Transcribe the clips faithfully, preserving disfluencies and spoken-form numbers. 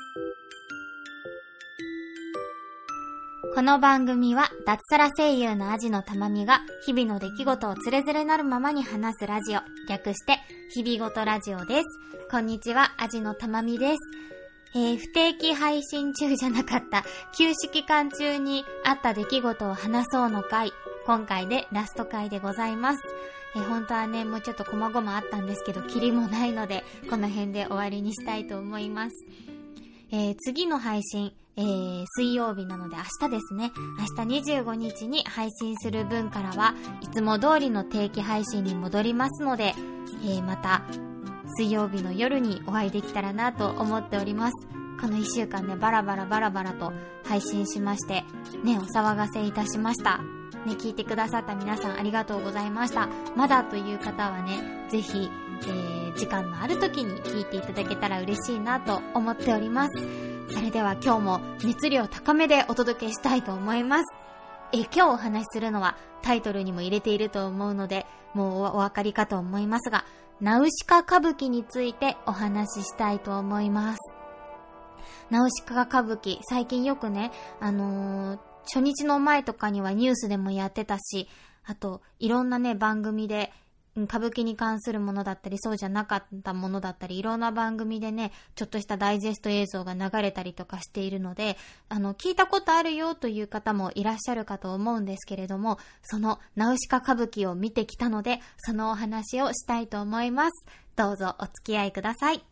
この番組は脱サラ声優のアジのたまみが日々の出来事をつれづれなるままに話すラジオ、略して日々ごとラジオです。こんにちは、アジのたまみです。えー、不定期配信中じゃなかった休止期間中にあった出来事を話そうの回、今回でラスト回でございます。えー、本当はね、もうちょっと細々あったんですけど、キリもないのでこの辺で終わりにしたいと思います。えー、次の配信、えー、水曜日なので明日ですね。明日にじゅうごにちに配信する分からはいつも通りの定期配信に戻りますので、えー、また水曜日の夜にお会いできたらなと思っております。このいっしゅうかんね、バラバラバラバラと配信しましてね、お騒がせいたしましたね。聞いてくださった皆さんありがとうございました。まだという方はね、ぜひ、えー、時間のある時に聞いていただけたら嬉しいなと思っております。それでは今日も熱量高めでお届けしたいと思います。え今日お話しするのはタイトルにも入れていると思うのでもうお分かりかと思いますが、ナウシカ歌舞伎についてお話ししたいと思います。ナウシカ歌舞伎、最近よくね、あのー、初日の前とかにはニュースでもやってたし、あといろんなね番組で歌舞伎に関するものだったりそうじゃなかったものだったり、いろんな番組でねちょっとしたダイジェスト映像が流れたりとかしているので、あの聞いたことあるよという方もいらっしゃるかと思うんですけれども、そのナウシカ歌舞伎を見てきたのでそのお話をしたいと思います。どうぞお付き合いください。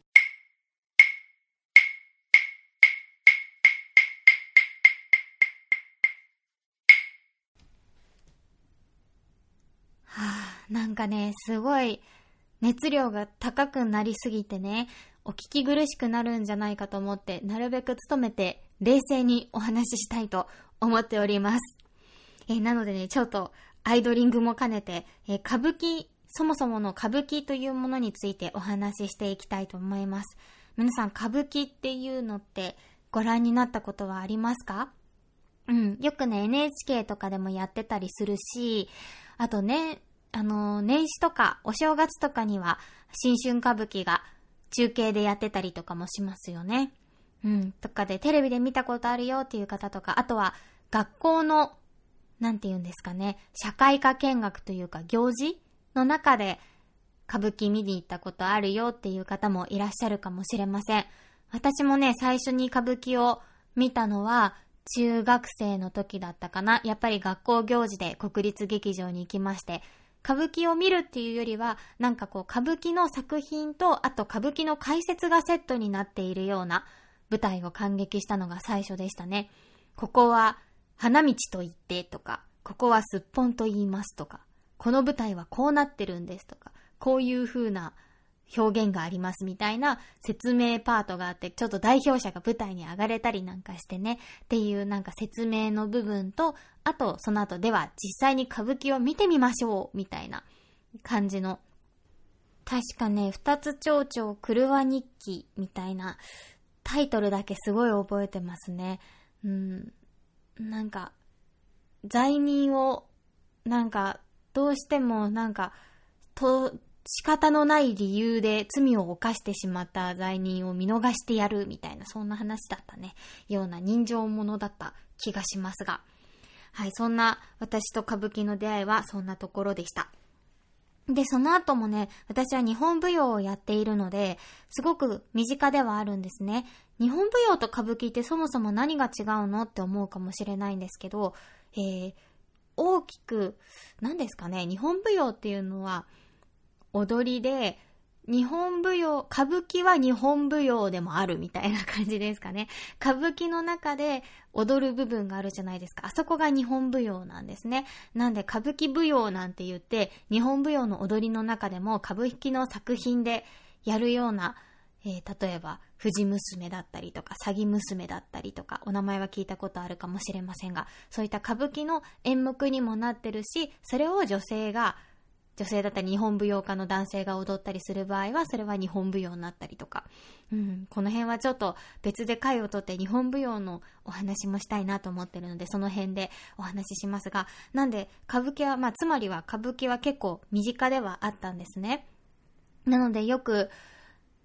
はあ、なんかね、すごい熱量が高くなりすぎてね、お聞き苦しくなるんじゃないかと思って、なるべく努めて冷静にお話ししたいと思っております。えー、なのでね、ちょっとアイドリングも兼ねて、えー、歌舞伎、そもそもの歌舞伎というものについてお話ししていきたいと思います。皆さん、歌舞伎っていうのってご覧になったことはありますか？うん、よくね エヌエイチケー とかでもやってたりするし、あとね、あの年始とかお正月とかには新春歌舞伎が中継でやってたりとかもしますよね。うん、とかでテレビで見たことあるよっていう方とか、あとは学校のなんて言うんですかね、社会科見学というか行事の中で歌舞伎見に行ったことあるよっていう方もいらっしゃるかもしれません。私もね、最初に歌舞伎を見たのは中学生の時だったかな。やっぱり学校行事で国立劇場に行きまして、歌舞伎を見るっていうよりはなんかこう歌舞伎の作品とあと歌舞伎の解説がセットになっているような舞台を観劇したのが最初でしたね。ここは花道と言ってとか、ここはすっぽんと言いますとか、この舞台はこうなってるんですとか、こういう風な表現がありますみたいな説明パートがあって、ちょっと代表者が舞台に上がれたりなんかしてねっていうなんか説明の部分と、あとその後では実際に歌舞伎を見てみましょうみたいな感じの、確かね二つ町長狂わ日記みたいなタイトルだけすごい覚えてますね。うん、なんか罪人をなんかどうしてもなんかと仕方のない理由で罪を犯してしまった罪人を見逃してやるみたいな、そんな話だったね、ような人情ものだった気がしますが、はい、そんな私と歌舞伎の出会いはそんなところでした。で、その後もね、私は日本舞踊をやっているので、すごく身近ではあるんですね。日本舞踊と歌舞伎ってそもそも何が違うのって思うかもしれないんですけど、えー、大きく、何ですかね、日本舞踊っていうのは、踊りで、日本舞踊、歌舞伎は日本舞踊でもあるみたいな感じですかね。歌舞伎の中で踊る部分があるじゃないですか。あそこが日本舞踊なんですね。なんで歌舞伎舞踊なんて言って、日本舞踊の踊りの中でも歌舞伎の作品でやるような、えー、例えば藤娘だったりとか詐欺娘だったりとか、お名前は聞いたことあるかもしれませんが、そういった歌舞伎の演目にもなってるし、それを女性が女性だったり日本舞踊家の男性が踊ったりする場合はそれは日本舞踊になったりとか、うん、この辺はちょっと別で回を取って日本舞踊のお話もしたいなと思ってるので、その辺でお話ししますが、なんで歌舞伎は、まあつまりは歌舞伎は結構身近ではあったんですね。なのでよく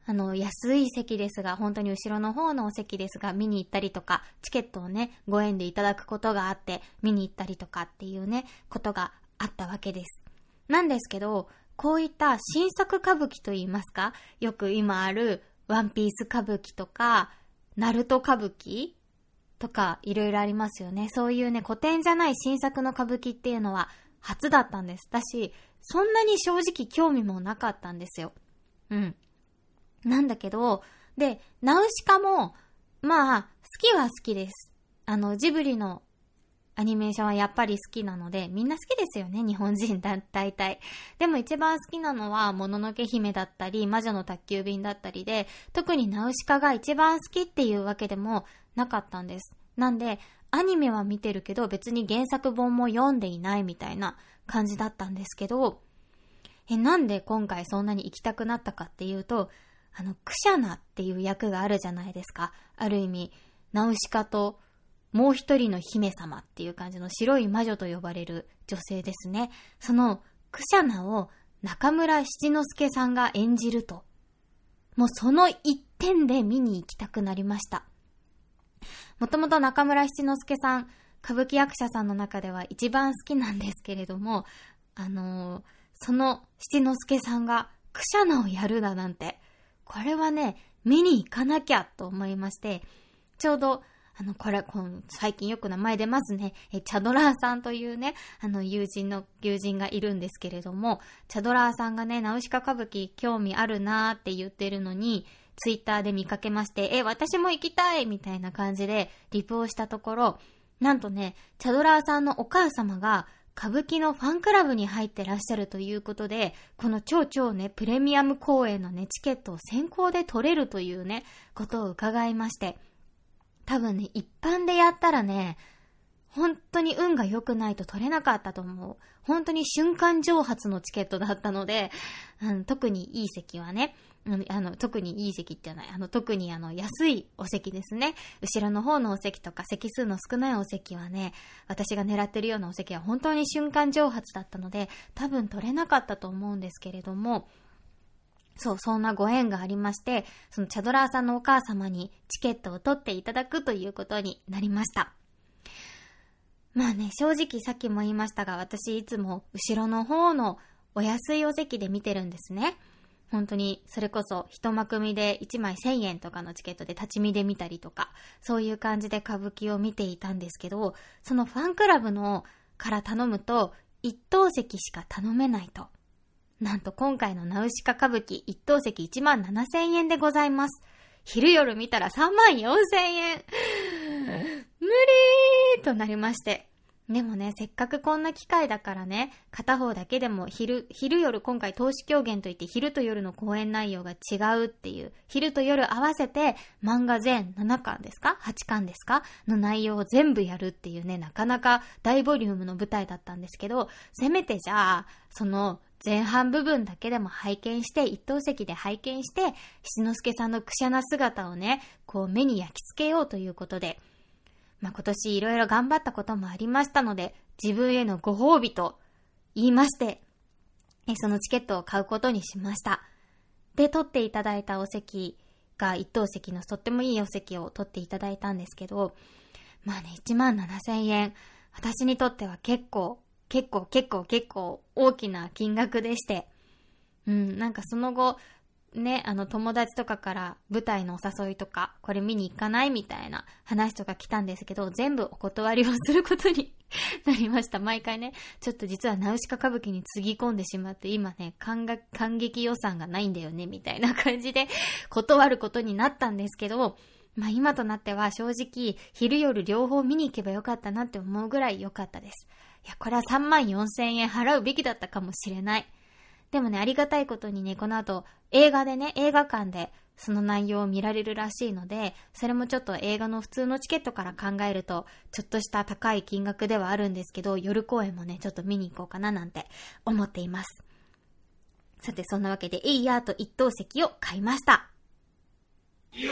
あの、安い席ですが、本当に後ろの方のお席ですが、見に行ったりとか、チケットをね、ご縁でいただくことがあって、見に行ったりとかっていうね、ことがあったわけです。なんですけど、こういった新作歌舞伎といいますか、よく今あるワンピース歌舞伎とか、ナルト歌舞伎とか、いろいろありますよね。そういうね、古典じゃない新作の歌舞伎っていうのは初だったんです。だし、そんなに正直興味もなかったんですよ。うん。なんだけど、で、ナウシカも、まあ、好きは好きです。あの、ジブリのアニメーションはやっぱり好きなので、みんな好きですよね、日本人だ、大体。でも一番好きなのは、もののけ姫だったり、魔女の宅急便だったりで、特にナウシカが一番好きっていうわけでもなかったんです。なんで、アニメは見てるけど、別に原作本も読んでいないみたいな感じだったんですけど、え、なんで今回そんなに行きたくなったかっていうと、あの、クシャナっていう役があるじゃないですか。ある意味、ナウシカと、もう一人の姫様っていう感じの白い魔女と呼ばれる女性ですね。そのクシャナを中村七之助さんが演じると。もうその一点で見に行きたくなりました。もともと中村七之助さん、歌舞伎役者さんの中では一番好きなんですけれども、あのー、その七之助さんがクシャナをやるだなんて、これはね、見に行かなきゃと思いまして、ちょうどあの、これ、この最近よく名前出ますね。え、チャドラーさんというね、あの、友人の、友人がいるんですけれども、チャドラーさんがね、ナウシカ歌舞伎興味あるなーって言ってるのに、ツイッターで見かけまして、え、私も行きたいみたいな感じで、リプをしたところ、なんとね、チャドラーさんのお母様が、歌舞伎のファンクラブに入ってらっしゃるということで、この超超ね、プレミアム公演のね、チケットを先行で取れるというね、ことを伺いまして、多分ね、一般でやったらね、本当に運が良くないと取れなかったと思う。本当に瞬間蒸発のチケットだったので、うん、特にいい席はね、うん、あの特にいい席じゃない、あの特にあの安いお席ですね。後ろの方のお席とか席数の少ないお席はね、私が狙ってるようなお席は本当に瞬間蒸発だったので、多分取れなかったと思うんですけれども、そう、そんなご縁がありまして、そのチャドラーさんのお母様にチケットを取っていただくということになりました。まあね、正直さっきも言いましたが、私いつも後ろの方のお安いお席で見てるんですね。本当にそれこそ一幕見でいちまいせんえんとかのチケットで立ち見で見たりとか、そういう感じで歌舞伎を見ていたんですけど、そのファンクラブのから頼むと一等席しか頼めないと。なんと今回のナウシカ歌舞伎一等席いちまんななせんえんでございます。昼夜見たらさんまんよんせんえん。無理ーとなりまして。でもね、せっかくこんな機会だからね、片方だけでも昼、昼夜今回投資狂言といって昼と夜の公演内容が違うっていう、昼と夜合わせて漫画全ななかんですか ?はち 巻ですかの内容を全部やるっていうね、なかなか大ボリュームの舞台だったんですけど、せめてじゃあ、その、前半部分だけでも拝見して、一等席で拝見して、七之助さんのくしゃな姿をね、こう目に焼き付けようということで、まあ、今年いろいろ頑張ったこともありましたので、自分へのご褒美と言いまして、そのチケットを買うことにしました。で、取っていただいたお席が一等席のとってもいいお席を取っていただいたんですけど、まあね、いちまんななせんえん、私にとっては結構、結構結構結構大きな金額でして、うん、なんかその後ね、あの友達とかから舞台のお誘いとかこれ見に行かないみたいな話とか来たんですけど、全部お断りをすることになりました。毎回ね、ちょっと実はナウシカ歌舞伎につぎ込んでしまって今ね、感が感激予算がないんだよねみたいな感じで断ることになったんですけど、まあ今となっては正直昼夜両方見に行けばよかったなって思うぐらい良かったです。いや、これはさんまんよんせんえん払うべきだったかもしれない。でもね、ありがたいことにね、この後映画でね、映画館でその内容を見られるらしいので、それもちょっと映画の普通のチケットから考えるとちょっとした高い金額ではあるんですけど、夜公演もね、ちょっと見に行こうかななんて思っています。さて、そんなわけでエイヤーと一等席を買いました。よー、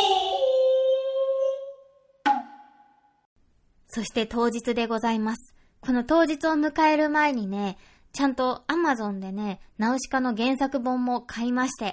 そして当日でございます。この当日を迎える前にね、ちゃんと Amazon でね、ナウシカの原作本も買いまして、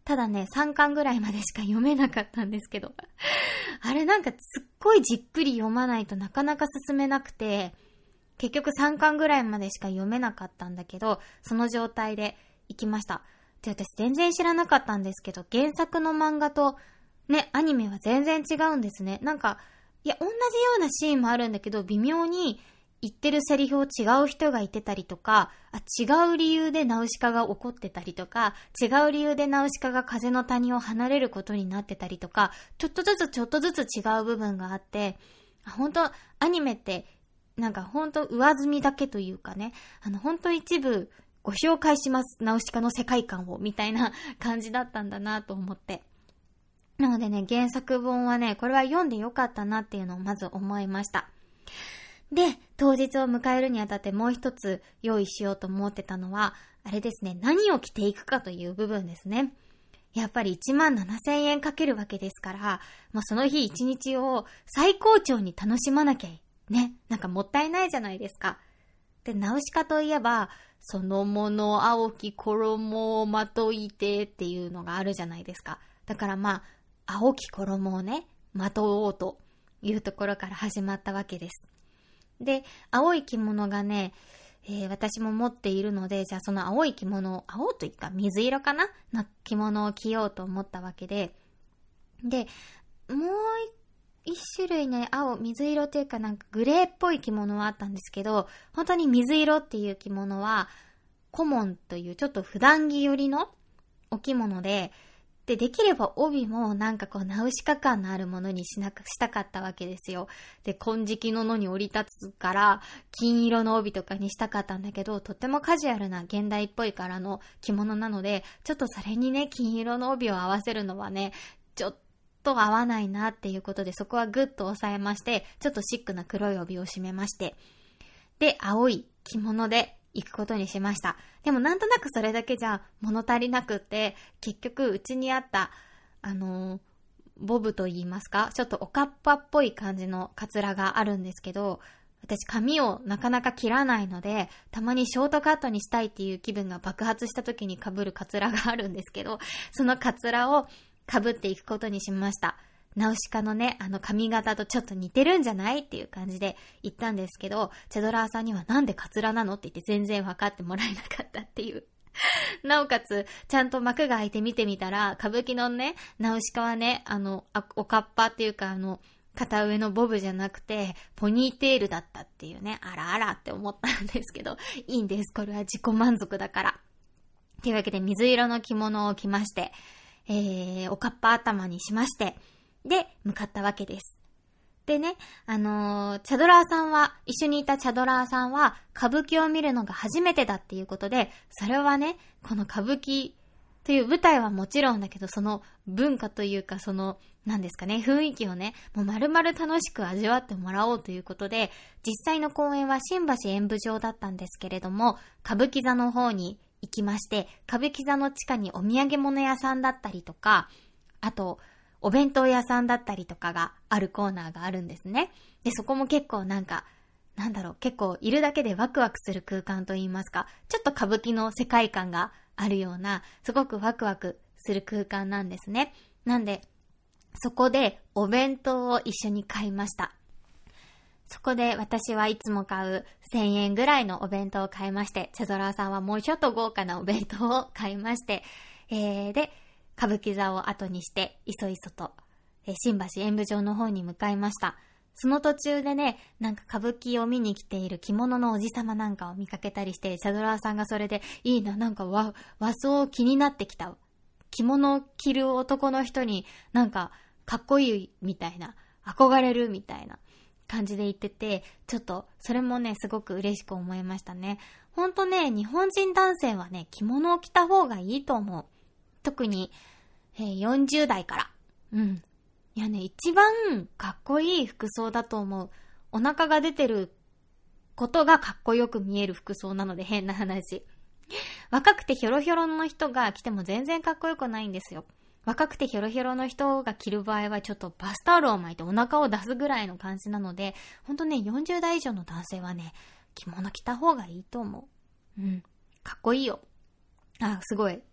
ただね、さんかんぐらいまでしか読めなかったんですけど。あれなんかすっごいじっくり読まないとなかなか進めなくて、結局さんかんぐらいまでしか読めなかったんだけど、その状態で行きました。で、私全然知らなかったんですけど、原作の漫画とね、アニメは全然違うんですね。なんか、いや、同じようなシーンもあるんだけど、微妙に言ってるセリフを違う人が言ってたりとか、あ、違う理由でナウシカが怒ってたりとか、違う理由でナウシカが風の谷を離れることになってたりとか、ちょっとずつちょっとずつ違う部分があって、本当アニメってなんか本当上積みだけというかね、あの本当一部ご紹介します、ナウシカの世界観をみたいな感じだったんだなと思って。なのでね、原作本はね、これは読んでよかったなっていうのをまず思いました。で、当日を迎えるにあたってもう一つ用意しようと思ってたのは、あれですね、何を着ていくかという部分ですね。やっぱりいちまんななせんえんかけるわけですから、もうその日一日を最高潮に楽しまなきゃね、なんかもったいないじゃないですか。で、ナウシカといえば、そのもの青き衣をまといてっていうのがあるじゃないですか。だからまあ、青き衣をね、まとおうというところから始まったわけです。で、青い着物がね、えー、私も持っているので、じゃあその青い着物、青というか水色かなの着物を着ようと思ったわけで、で、もう一種類ね、青、水色というかなんかグレーっぽい着物はあったんですけど、本当に水色っていう着物は、コモンというちょっと普段着寄りのお着物で、で、できれば帯もなんかこうナウシカ感のあるものにしなくしたかったわけですよ。で、金色の野に降り立つから金色の帯とかにしたかったんだけど、とってもカジュアルな現代っぽい柄の着物なので、ちょっとそれにね、金色の帯を合わせるのはね、ちょっと合わないなっていうことで、そこはぐっと抑えまして、ちょっとシックな黒い帯を締めまして、で、青い着物で行くことにしました。でもなんとなくそれだけじゃ物足りなくって、結局うちにあった、あのー、ボブと言いますか、ちょっとおかっぱっぽい感じのカツラがあるんですけど、私髪をなかなか切らないので、たまにショートカットにしたいっていう気分が爆発した時に被るカツラがあるんですけど、そのカツラを被っていくことにしました。ナウシカのね、あの髪型とちょっと似てるんじゃないっていう感じで言ったんですけど、チェドラーさんにはなんでカツラなのって言って全然分かってもらえなかったっていう。なおかつ、ちゃんと幕が開いて見てみたら、歌舞伎のね、ナウシカはね、あの、あおかっぱっていうか、あの、片上のボブじゃなくて、ポニーテールだったっていうね、あらあらって思ったんですけど、いいんです。これは自己満足だから。というわけで、水色の着物を着まして、えー、おかっぱ頭にしまして、で、向かったわけです。でね、あのー、チャドラーさんは、一緒にいたチャドラーさんは、歌舞伎を見るのが初めてだっていうことで、それはね、この歌舞伎という舞台はもちろんだけど、その文化というか、その、なんですかね、雰囲気をね、もう丸々楽しく味わってもらおうということで、実際の公演は新橋演舞場だったんですけれども、歌舞伎座の方に行きまして、歌舞伎座の地下にお土産物屋さんだったりとか、あと、お弁当屋さんだったりとかがあるコーナーがあるんですね。で、そこも結構なんか、なんだろう、結構いるだけでワクワクする空間といいますか、ちょっと歌舞伎の世界観があるような、すごくワクワクする空間なんですね。なんで、そこでお弁当を一緒に買いました。そこで私はいつも買うせんえんぐらいのお弁当を買いまして、チャドラーさんはもうちょっと豪華なお弁当を買いまして、えー、で、歌舞伎座を後にして、いそいそと、え新橋演舞場の方に向かいました。その途中でね、なんか歌舞伎を見に来ている着物のおじさまなんかを見かけたりして、チャドラーさんがそれで、いいな、なんか和、和装気になってきた。着物を着る男の人になんかかっこいいみたいな、憧れるみたいな感じで言ってて、ちょっとそれもね、すごく嬉しく思いましたね。ほんとね、日本人男性はね、着物を着た方がいいと思う。特に、えー、よんじゅう代から。うん。いやね、一番かっこいい服装だと思う。お腹が出てることがかっこよく見える服装なので、変な話。若くてヒョロヒョロの人が着ても全然かっこよくないんですよ。若くてヒョロヒョロの人が着る場合はちょっとバスタオルを巻いてお腹を出すぐらいの感じなので、ほんとね、よんじゅう代以上の男性はね、着物着た方がいいと思う。うん。かっこいいよ。あ、すごい。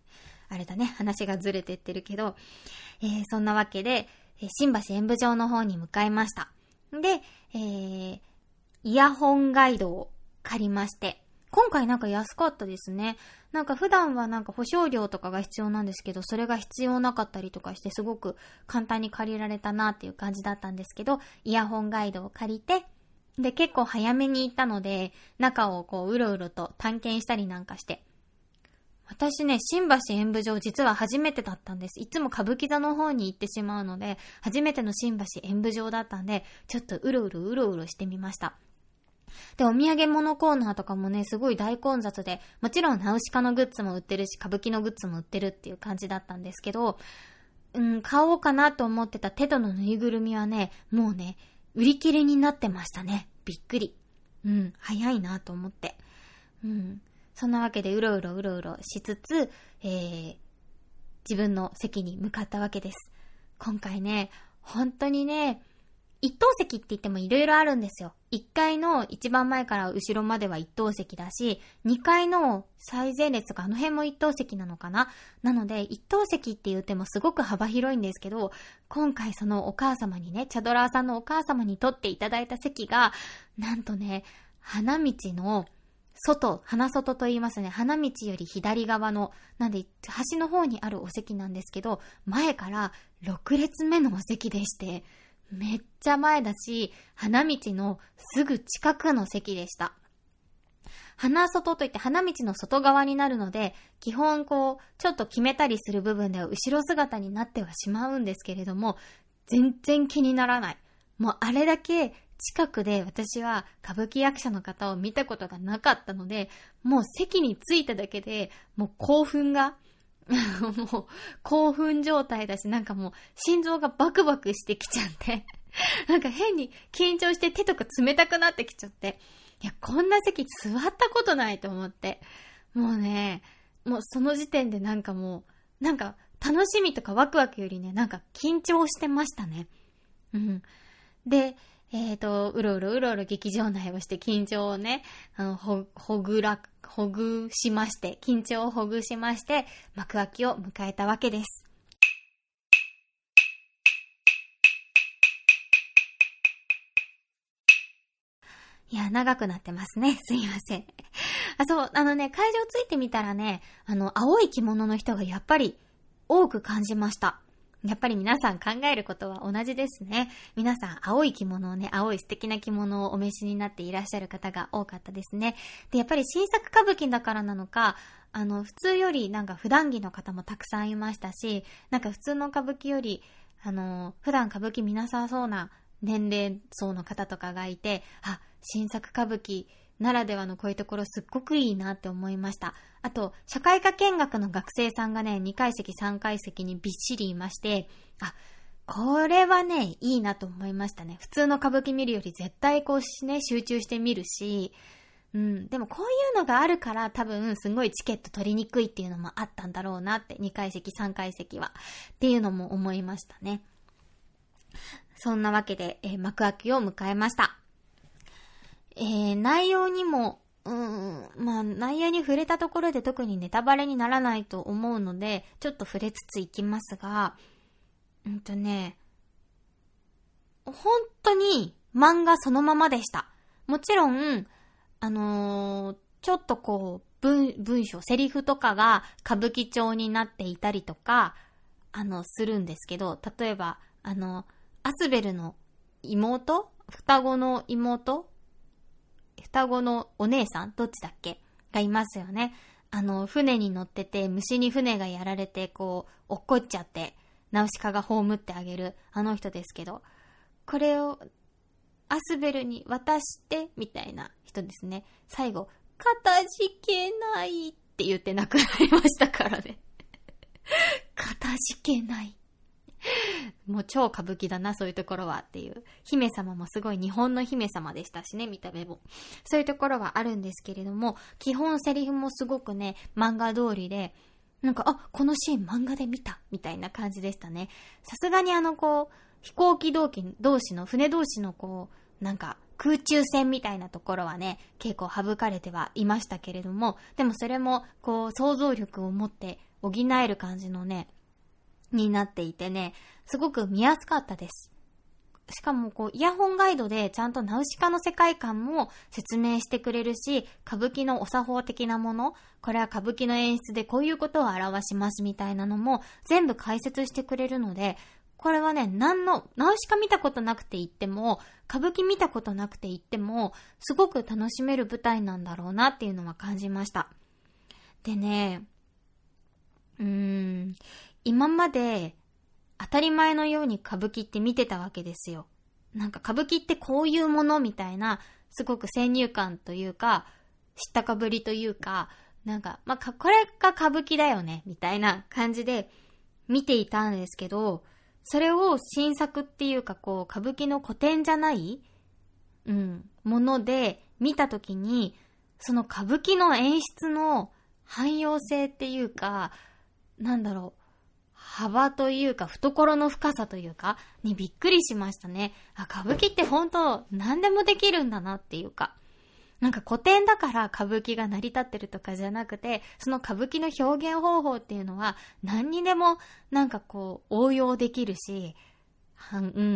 あれだね、話がずれてってるけど、えー、そんなわけで、えー、新橋演舞場の方に向かいました。で、えー、イヤホンガイドを借りまして、今回なんか安かったですね。なんか普段はなんか保証料とかが必要なんですけど、それが必要なかったりとかして、すごく簡単に借りられたなっていう感じだったんですけど、イヤホンガイドを借りて、で結構早めに行ったので、中をこううろうろと探検したりなんかして、私ね、新橋演舞場実は初めてだったんです。いつも歌舞伎座の方に行ってしまうので、初めての新橋演舞場だったんで、ちょっとうろうろうろうろしてみました。で、お土産物コーナーとかもね、すごい大混雑で、もちろんナウシカのグッズも売ってるし、歌舞伎のグッズも売ってるっていう感じだったんですけど、うん、買おうかなと思ってたテトのぬいぐるみはね、もうね、売り切れになってましたね。びっくり。うん、早いなと思って。うん、そんなわけでうろうろうろうろしつつ、えー、自分の席に向かったわけです。今回ね、本当にね、一等席って言ってもいろいろあるんですよ。いっかいの一番前から後ろまでは一等席だし、にかいの最前列とかあの辺も一等席なのかな。なので一等席って言ってもすごく幅広いんですけど、今回そのお母様にね、チャドラーさんのお母様に取っていただいた席が、なんとね、花道の外、花外と言いますね。花道より左側の、なんで端の方にあるお席なんですけど、前からろく列目のお席でして、めっちゃ前だし、花道のすぐ近くの席でした。花外といって花道の外側になるので、基本こう、ちょっと決めたりする部分では後ろ姿になってはしまうんですけれども、全然気にならない。もうあれだけ近くで私は歌舞伎役者の方を見たことがなかったので、もう席に着いただけで、もう興奮が、もう興奮状態だし、なんかもう心臓がバクバクしてきちゃってなんか変に緊張して手とか冷たくなってきちゃって、いやこんな席座ったことないと思って、もうね、もうその時点でなんかもうなんか楽しみとかワクワクよりね、なんか緊張してましたね。うん。で、えーと、うろうろうろうろ劇場内をして緊張をね、あの、ほ、ほぐら、ほぐしまして、緊張をほぐしまして、幕開きを迎えたわけです。いや、長くなってますね。すいません。あ、そう、あのね、会場ついてみたらね、あの、青い着物の人がやっぱり多く感じました。やっぱり皆さん考えることは同じですね。皆さん青い着物をね、青い素敵な着物をお召しになっていらっしゃる方が多かったですね。で、やっぱり新作歌舞伎だからなのか、あの、普通よりなんか普段着の方もたくさんいましたし、なんか普通の歌舞伎より、あの、普段歌舞伎見なさそうな年齢層の方とかがいて、あ、新作歌舞伎ならではのこういうところすっごくいいなって思いました。あと、社会科見学の学生さんがね、にかい席さんかい席にびっしりいまして、あ、これはね、いいなと思いましたね。普通の歌舞伎見るより絶対こうね、集中して見るし、うん、でもこういうのがあるから多分すごいチケット取りにくいっていうのもあったんだろうなって、にかい席さんかい席はっていうのも思いましたね。そんなわけで、えー、幕開きを迎えました。えー、内容にも、うん、まあ内容に触れたところで特にネタバレにならないと思うので、ちょっと触れつついきますが、うんとね、本当に漫画そのままでした。もちろん、あのー、ちょっとこう文、文章、セリフとかが歌舞伎調になっていたりとか、あの、するんですけど、例えば、あの、アスベルの妹？双子の妹？双子のお姉さんどっちだっけがいますよね。あの、船に乗ってて、虫に船がやられて、こう、落っこっちゃって、ナウシカが葬ってあげる、あの人ですけど、これを、アスベルに渡して、みたいな人ですね。最後、かたじけないって言って亡くなりましたからね。かたじけない。もう超歌舞伎だな、そういうところはっていう。姫様もすごい日本の姫様でしたしね、見た目も。そういうところはあるんですけれども、基本セリフもすごくね、漫画通りで、なんか、あ、このシーン漫画で見たみたいな感じでしたね。さすがにあのこう、飛行機同期同士の、船同士のこう、なんか空中戦みたいなところはね、結構省かれてはいましたけれども、でもそれもこう、想像力を持って補える感じのね、になっていてね、すごく見やすかったです。しかもこうイヤホンガイドでちゃんとナウシカの世界観も説明してくれるし、歌舞伎のお作法的なもの、これは歌舞伎の演出でこういうことを表しますみたいなのも全部解説してくれるので、これはね、何のナウシカ見たことなくて行っても、歌舞伎見たことなくて行ってもすごく楽しめる舞台なんだろうなっていうのは感じました。でね、うーん今まで当たり前のように歌舞伎って見てたわけですよ。なんか歌舞伎ってこういうものみたいな、すごく先入観というか、知ったかぶりというか、なんか、まあ、これが歌舞伎だよね、みたいな感じで見ていたんですけど、それを新作っていうか、こう、歌舞伎の古典じゃない、うん、もので見たときに、その歌舞伎の演出の汎用性っていうか、なんだろう、幅というか懐の深さというかにびっくりしましたね。あ、歌舞伎って本当何でもできるんだなっていうか、なんか古典だから歌舞伎が成り立ってるとかじゃなくて、その歌舞伎の表現方法っていうのは何にでもなんかこう応用できるし、うん、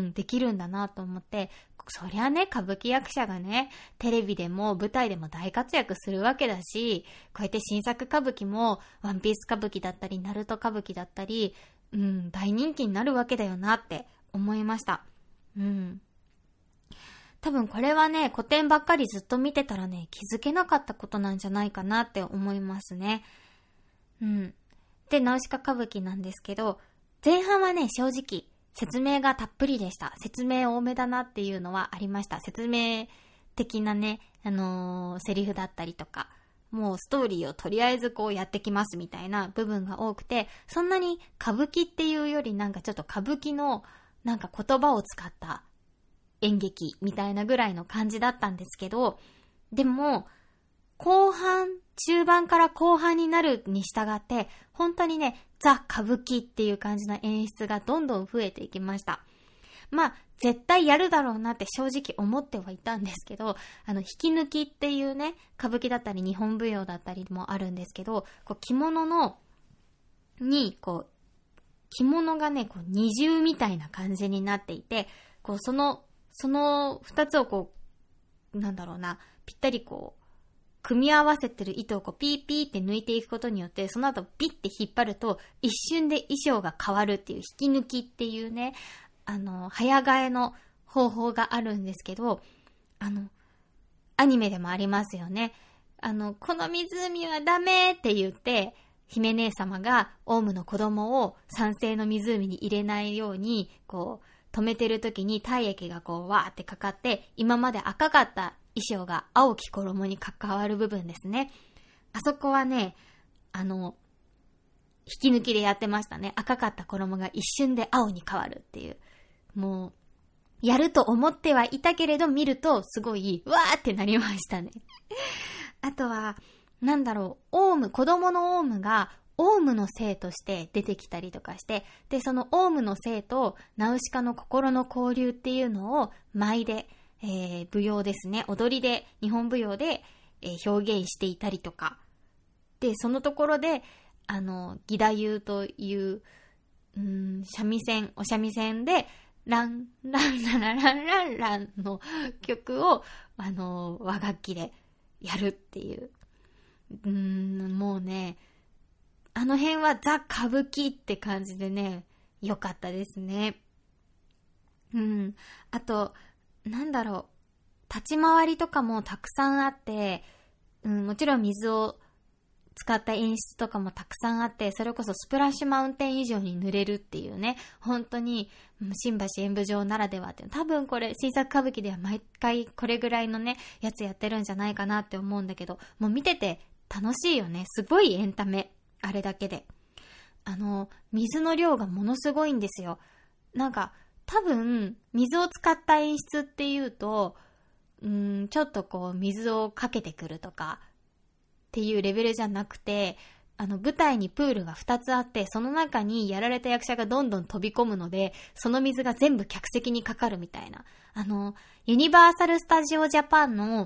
できるんだなと思って、そりゃね、歌舞伎役者がね、テレビでも舞台でも大活躍するわけだし、こうやって新作歌舞伎もワンピース歌舞伎だったり、ナルト歌舞伎だったり、うん、大人気になるわけだよなって思いました。うん。多分これはね、古典ばっかりずっと見てたらね、気づけなかったことなんじゃないかなって思いますね。うん。で、ナウシカ歌舞伎なんですけど、前半はね、正直、説明がたっぷりでした。説明多めだなっていうのはありました。説明的なね、あのー、セリフだったりとか、もうストーリーをとりあえずこうやってきますみたいな部分が多くて、そんなに歌舞伎っていうよりなんかちょっと歌舞伎のなんか言葉を使った演劇みたいなぐらいの感じだったんですけど、でも後半、中盤から後半になるに従って本当にね、ザ・歌舞伎っていう感じの演出がどんどん増えていきました。まあ絶対やるだろうなって正直思ってはいたんですけど、あの引き抜きっていうね、歌舞伎だったり日本舞踊だったりもあるんですけど、こう着物のにこう着物がね、こう二重みたいな感じになっていて、こうそのその二つをこうなんだろうな、ぴったりこう組み合わせてる糸をこうピーピーって抜いていくことによって、その後ビッて引っ張ると一瞬で衣装が変わるっていう引き抜きっていうね、あの早替えの方法があるんですけど、あのアニメでもありますよね。あのこの湖はダメって言って姫姉様がオウムの子供を酸性の湖に入れないようにこう止めてる時に体液がこうわーってかかって、今まで赤かった衣装が青き衣に変わる部分ですね。あそこはね、あの引き抜きでやってましたね。赤かった衣が一瞬で青に変わるっていう、もうやると思ってはいたけれど、見るとすごいわーってなりましたね。あとはなんだろう、オウム、子供のオウムがオウムの性として出てきたりとかして、でそのオウムの性とナウシカの心の交流っていうのを舞で、えー、舞踊ですね、踊りで、日本舞踊で、えー、表現していたりとかで、そのところであの義太夫といううーん三味線お三味線でランランララランランランの曲をあの和楽器でやるっていう、うーんもうね、あの辺はザ・歌舞伎って感じでね、良かったですね。うん。あとなんだろう、立ち回りとかもたくさんあって、うん、もちろん水を使った演出とかもたくさんあって、それこそスプラッシュマウンテン以上に濡れるっていうね、本当に新橋演舞場ならではっていう、多分これ新作歌舞伎では毎回これぐらいのねやつやってるんじゃないかなって思うんだけど、もう見てて楽しいよね。すごいエンタメ、あれだけで。あの水の量がものすごいんですよ。なんか多分水を使った演出っていうと、うーんちょっとこう水をかけてくるとかっていうレベルじゃなくて、あの舞台にプールがふたつあって、その中にやられた役者がどんどん飛び込むので、その水が全部客席にかかるみたいな、あのユニバーサルスタジオジャパンの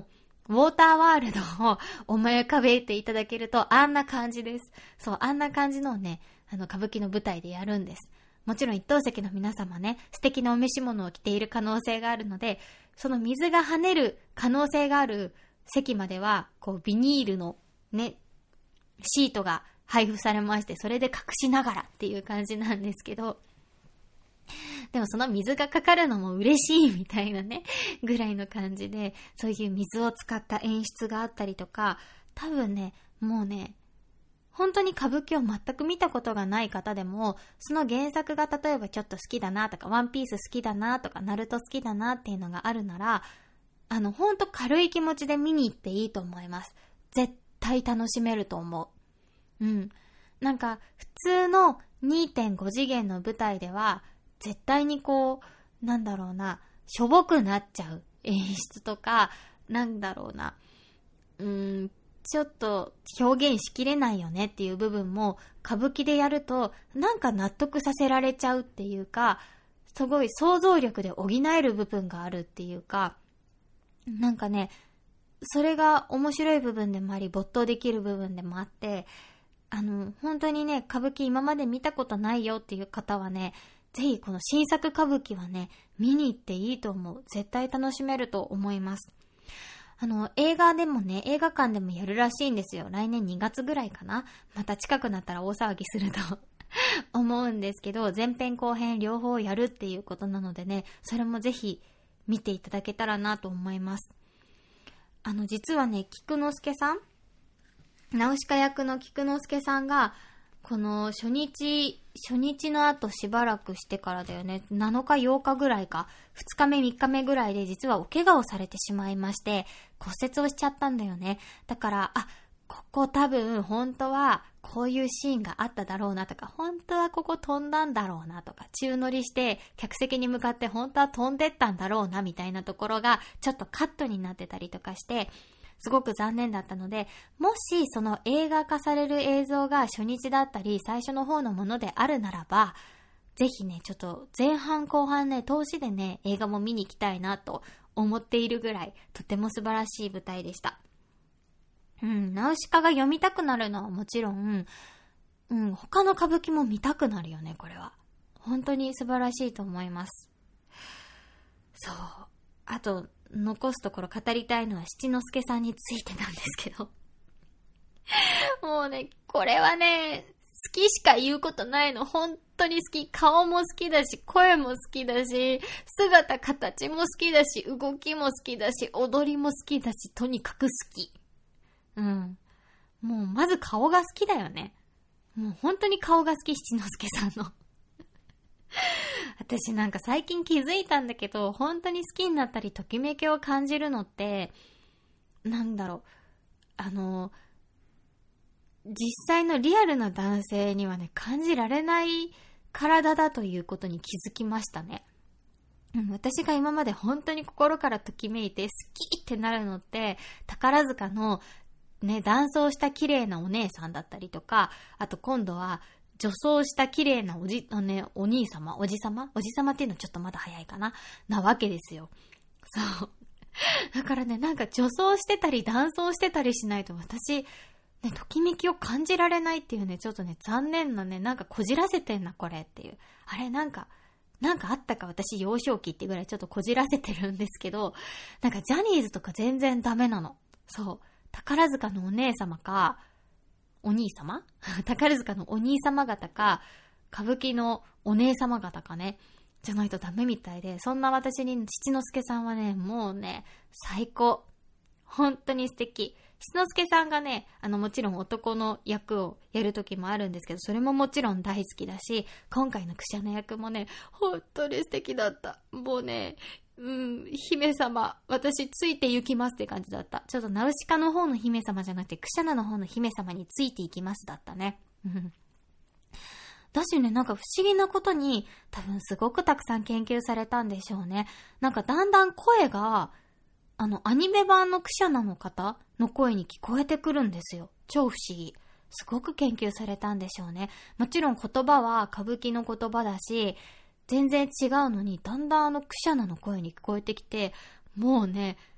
ウォーターワールドを思い浮かべていただけると、あんな感じです。そう、あんな感じのをね、あの、歌舞伎の舞台でやるんです。もちろん一等席の皆様ね、素敵なお召し物を着ている可能性があるので、その水が跳ねる可能性がある席までは、こう、ビニールのね、シートが配布されまして、それで隠しながらっていう感じなんですけど、でもその水がかかるのも嬉しいみたいなね、ぐらいの感じで、そういう水を使った演出があったりとか、多分ね、もうね、本当に歌舞伎を全く見たことがない方でも、その原作が例えばちょっと好きだなとか、ワンピース好きだなとか、ナルト好きだなっていうのがあるなら、あの、ほんと軽い気持ちで見に行っていいと思います。絶対楽しめると思う。うん。なんか、普通の にてんご 次元の舞台では、絶対にこう、なんだろうな、しょぼくなっちゃう演出とか、なんだろうな、うーん、ちょっと表現しきれないよねっていう部分も歌舞伎でやるとなんか納得させられちゃうっていうか、すごい想像力で補える部分があるっていうか、なんかね、それが面白い部分でもあり没頭できる部分でもあって、あの本当にね、歌舞伎今まで見たことないよっていう方はね、ぜひこの新作歌舞伎はね、見に行っていいと思う。絶対楽しめると思います。あの、映画でもね、映画館でもやるらしいんですよ。来年にがつぐらいかな。また近くなったら大騒ぎすると思うんですけど、前編後編両方やるっていうことなのでね、それもぜひ見ていただけたらなと思います。あの、実はね、菊之助さん、ナウシカ役の菊之助さんが、この初日、初日の後しばらくしてからだよね、なのかようかぐらいか、ふつかめみっかめぐらいで実はお怪我をされてしまいまして、骨折をしちゃったんだよね。だから、あ、ここ多分本当はこういうシーンがあっただろうなとか、本当はここ飛んだんだろうなとか、宙乗りして客席に向かって本当は飛んでったんだろうなみたいなところがちょっとカットになってたりとかして、すごく残念だったので、もしその映画化される映像が初日だったり最初の方のものであるならば、ぜひね、ちょっと前半後半ね、通しでね、映画も見に行きたいなと思っているぐらい、とても素晴らしい舞台でした。うん、ナウシカが読みたくなるのはもちろん、うん、他の歌舞伎も見たくなるよね、これは。本当に素晴らしいと思います。そう。あと、残すところ語りたいのは七之助さんについてなんですけどもうね、これはね、好きしか言うことないの。本当に好き。顔も好きだし、声も好きだし、姿形も好きだし、動きも好きだし、踊りも好きだし、とにかく好き。うん。もうまず顔が好きだよね。もう本当に顔が好き、七之助さんの私なんか最近気づいたんだけど、本当に好きになったりときめきを感じるのって、なんだろう、あの実際のリアルな男性にはね、感じられない体だということに気づきましたね。うん、私が今まで本当に心からときめいて好きってなるのって、宝塚のね、男装した綺麗なお姉さんだったりとか、あと今度は女装した綺麗なおじ、あね、お兄様、おじ様おじ様っていうのはちょっとまだ早いかななわけですよ。そう。だからね、なんか女装してたり男装してたりしないと私、ね、ときめきを感じられないっていうね、ちょっとね、残念なね、なんかこじらせてんな、これっていう。あれ、なんか、なんかあったか私幼少期ってぐらいちょっとこじらせてるんですけど、なんかジャニーズとか全然ダメなの。そう。宝塚のお姉様か、お兄様宝塚のお兄様方か、歌舞伎のお姉様方かね、じゃないとダメみたいで、そんな私に七之助さんはね、もうね、最高。本当に素敵。七之助さんがね、あのもちろん男の役をやる時もあるんですけど、それももちろん大好きだし、今回のクシャの役もね、本当に素敵だった。もうね、うん、姫様、私ついて行きますって感じだった。ちょっとナウシカの方の姫様じゃなくて、クシャナの方の姫様について行きますだったね。だしね、なんか不思議なことに、多分すごくたくさん研究されたんでしょうね。なんかだんだん声が、あのアニメ版のクシャナの方の声に聞こえてくるんですよ。超不思議。すごく研究されたんでしょうね。もちろん言葉は歌舞伎の言葉だし、全然違うのに、だんだんあのクシャナの声に聞こえてきて、もうね、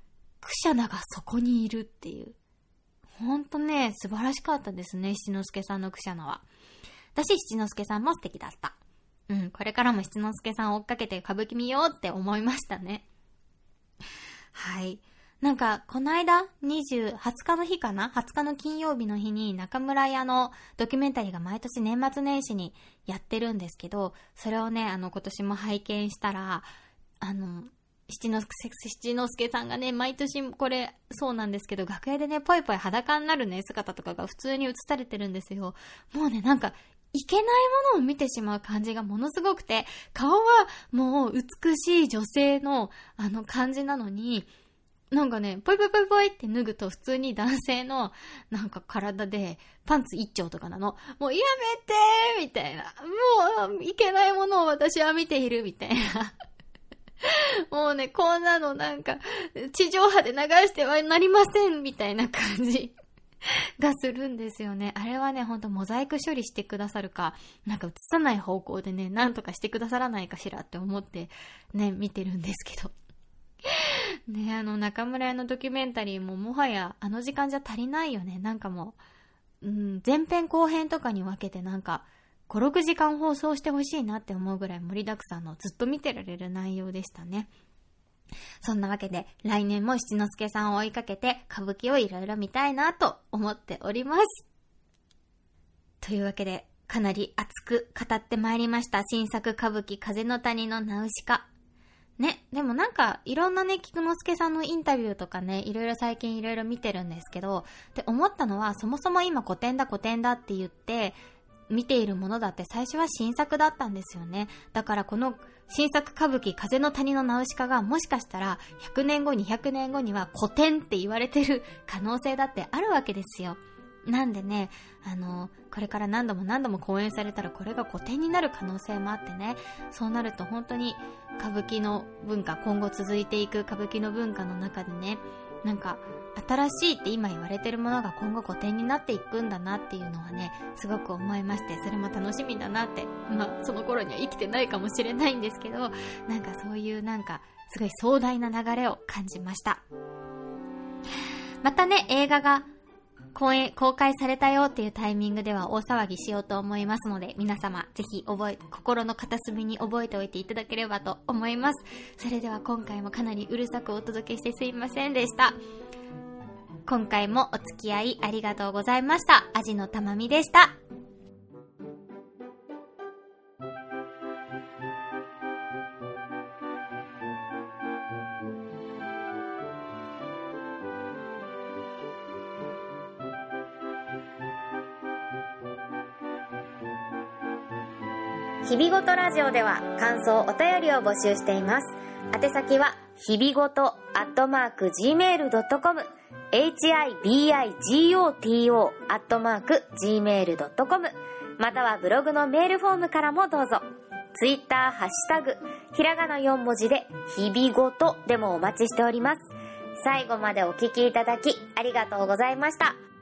クシャナがそこにいるっていう。ほんとね、素晴らしかったですね、七之助さんのクシャナは。私、七之助さんも素敵だった。うん、これからも七之助さんを追っかけて歌舞伎見ようって思いましたね。はい。なんか、この間、にじゅう、はつかの日かな ?はつかの金曜日の日に中村屋のドキュメンタリーが毎年年末年始にやってるんですけど、それをね、あの、今年も拝見したら、あの、七之助、七之助さんがね、毎年これ、そうなんですけど、楽屋でね、ぽいぽい裸になるね、姿とかが普通に映されてるんですよ。もうね、なんか、いけないものを見てしまう感じがものすごくて、顔はもう美しい女性のあの感じなのに、なんかね、ぽいぽいぽいぽいって脱ぐと普通に男性のなんか体でパンツ一丁とかなの。もうやめてーみたいな。もういけないものを私は見ているみたいな。もうね、こんなのなんか地上波で流してはなりませんみたいな感じがするんですよね。あれはね、ほんとモザイク処理してくださるか、なんか映さない方向でね、なんとかしてくださらないかしらって思ってね、見てるんですけど。ね、あの中村屋のドキュメンタリーももはやあの時間じゃ足りないよね。なんかもう、うん、前編後編とかに分けてなんかご、ろくじかん放送してほしいなって思うぐらい盛りだくさんのずっと見てられる内容でしたね。そんなわけで来年も七之助さんを追いかけて歌舞伎をいろいろ見たいなと思っております。というわけでかなり熱く語ってまいりました新作歌舞伎風の谷のナウシカね。でもなんかいろんなね菊之助さんのインタビューとかね、いろいろ最近いろいろ見てるんですけど、で思ったのは、そもそも今古典だ古典だって言って見ているものだって最初は新作だったんですよね。だからこの新作歌舞伎風の谷のナウシカがもしかしたらひゃくねんごにひゃくねんごには古典って言われてる可能性だってあるわけですよ。なんでね、あのこれから何度も何度も公演されたらこれが古典になる可能性もあってね、そうなると本当に歌舞伎の文化、今後続いていく歌舞伎の文化の中でね、なんか新しいって今言われてるものが今後古典になっていくんだなっていうのはね、すごく思いまして、それも楽しみだなって、まあその頃には生きてないかもしれないんですけど、なんかそういうなんかすごい壮大な流れを感じました。またね、映画が公演、公開されたよっていうタイミングでは大騒ぎしようと思いますので、皆様ぜひ覚え、心の片隅に覚えておいていただければと思います。それでは今回もかなりうるさくお届けしてすいませんでした。今回もお付き合いありがとうございました。アジのたまみでした。 日々ごとラジオでは感想お便りを募集しています。宛先は日々ごとアットマーク ジーメールドットコム エイチアイビーアイジーオーティーオー アットマーク ジーメールドットコム またはブログのメールフォームからもどうぞ。ツイッターハッシュタグひらがなよん文字で日々ごとでもお待ちしております。最後までお聞きいただきありがとうございました。